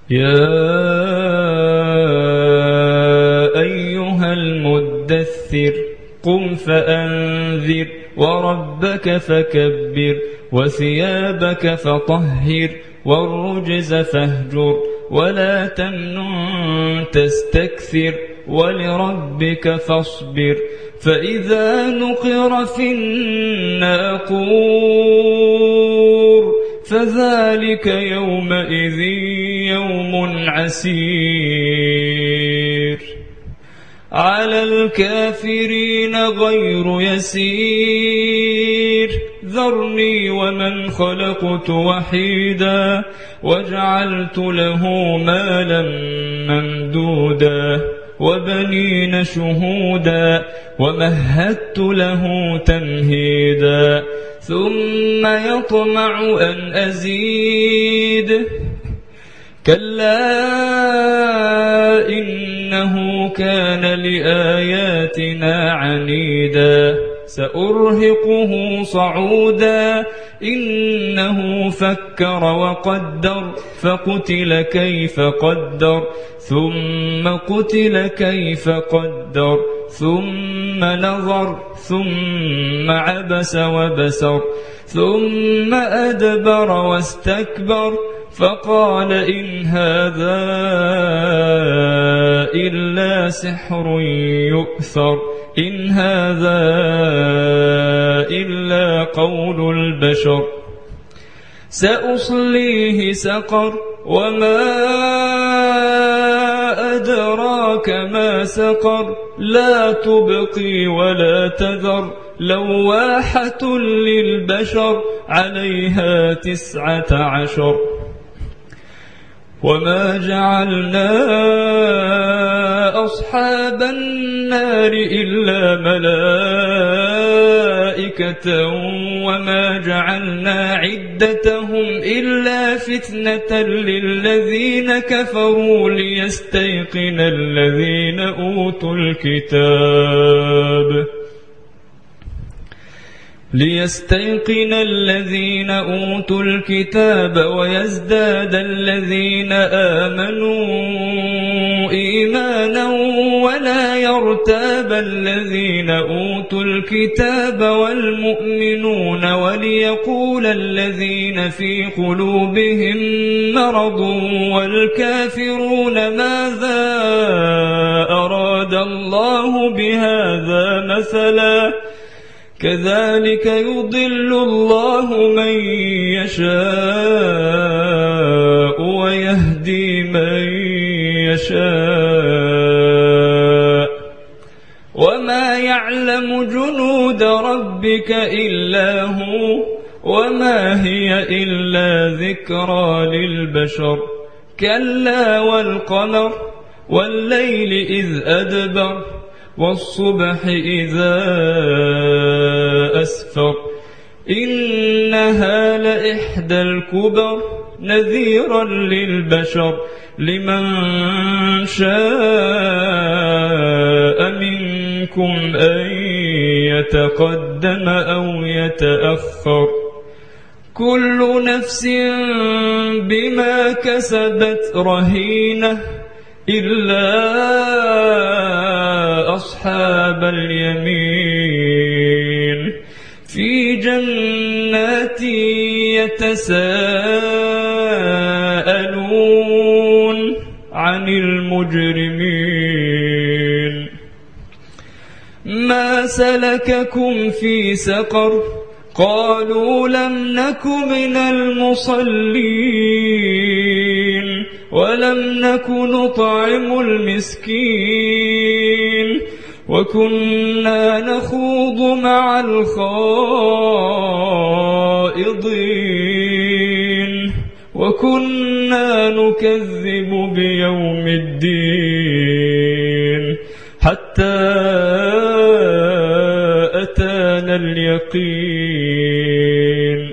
يا أيها المدثر قم فأنذر وربك فكبر وثيابك فطهر والرجز فاهجر ولا تمنن تستكثر ولربك فاصبر فإذا نقر في الناقور فذلك يومئذ يوم عسير على الكافرين غير يسير ذرني ومن خلقت وحيدا وجعلت له مالا ممدودا وبنين شهودا ومهدت له تمهيدا ثم يطمع أن أزيد كلا إنه كان لآياتنا عنيدا سأرهقه صعودا إنه فكر وقدر فقتل كيف قدر ثم قتل كيف قدر ثم نظر ثم عبس وبسر ثم أدبر واستكبر فقال إن هذا إلا سحر يؤثر إن هذا إلا قول البشر سأصليه سقر وما أدراك ما سقر لا تبقي ولا تذر لواحة للبشر عليها 19 وما جعلنا أصحاب النار إلا ملائكة وما جعلنا عدتهم إلا فتنة للذين كفروا ليستيقن الذين أوتوا الكتاب ويزداد الذين آمنوا إيمانا ولا يرتاب الذين أوتوا الكتاب والمؤمنون وليقول الذين في قلوبهم مرض والكافرون ماذا أراد الله بهذا مثلا كذلك يضل الله من يشاء ويهدي من يشاء وما يعلم جنود ربك إلا هو وما هي إلا ذكرى للبشر كلا والقمر والليل إذ أدبر والصبح إذا أسفر إنها لإحدى الكبر نذيرا للبشر لمن شاء منكم أن يتقدم أو يتأخر كل نفس بما كسبت رهينة إلا أصحاب اليمين في جنات يتساءلون عن المجرمين ما سلككم في سقر قالوا لم نك من المصلين ولم نك نطعم المسكين وكنا نخوض مع الخائضين وكنا نكذب بيوم الدين حتى أتانا اليقين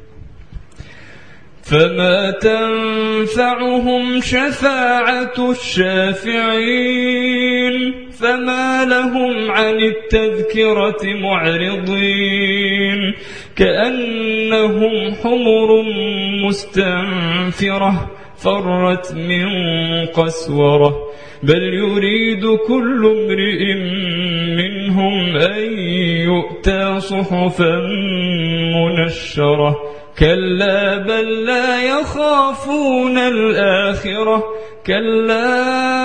فما تنفعهم شفاعة الشافعين فما لهم عن التذكرة معرضين كأنهم حمر مستنفرة فرت من قسورة بل يريد كل امرئ منهم أن يؤتى صحفا منشرة كلا بل لا يخافون الآخرة كلا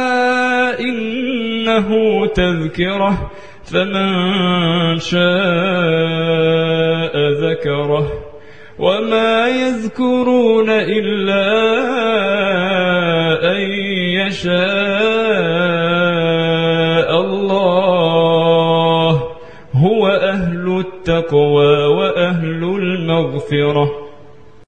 إنه تذكرة فمن شاء ذكره وما يذكرون إلا أن يشاء الله هو أهل التقوى وأهل المغفرة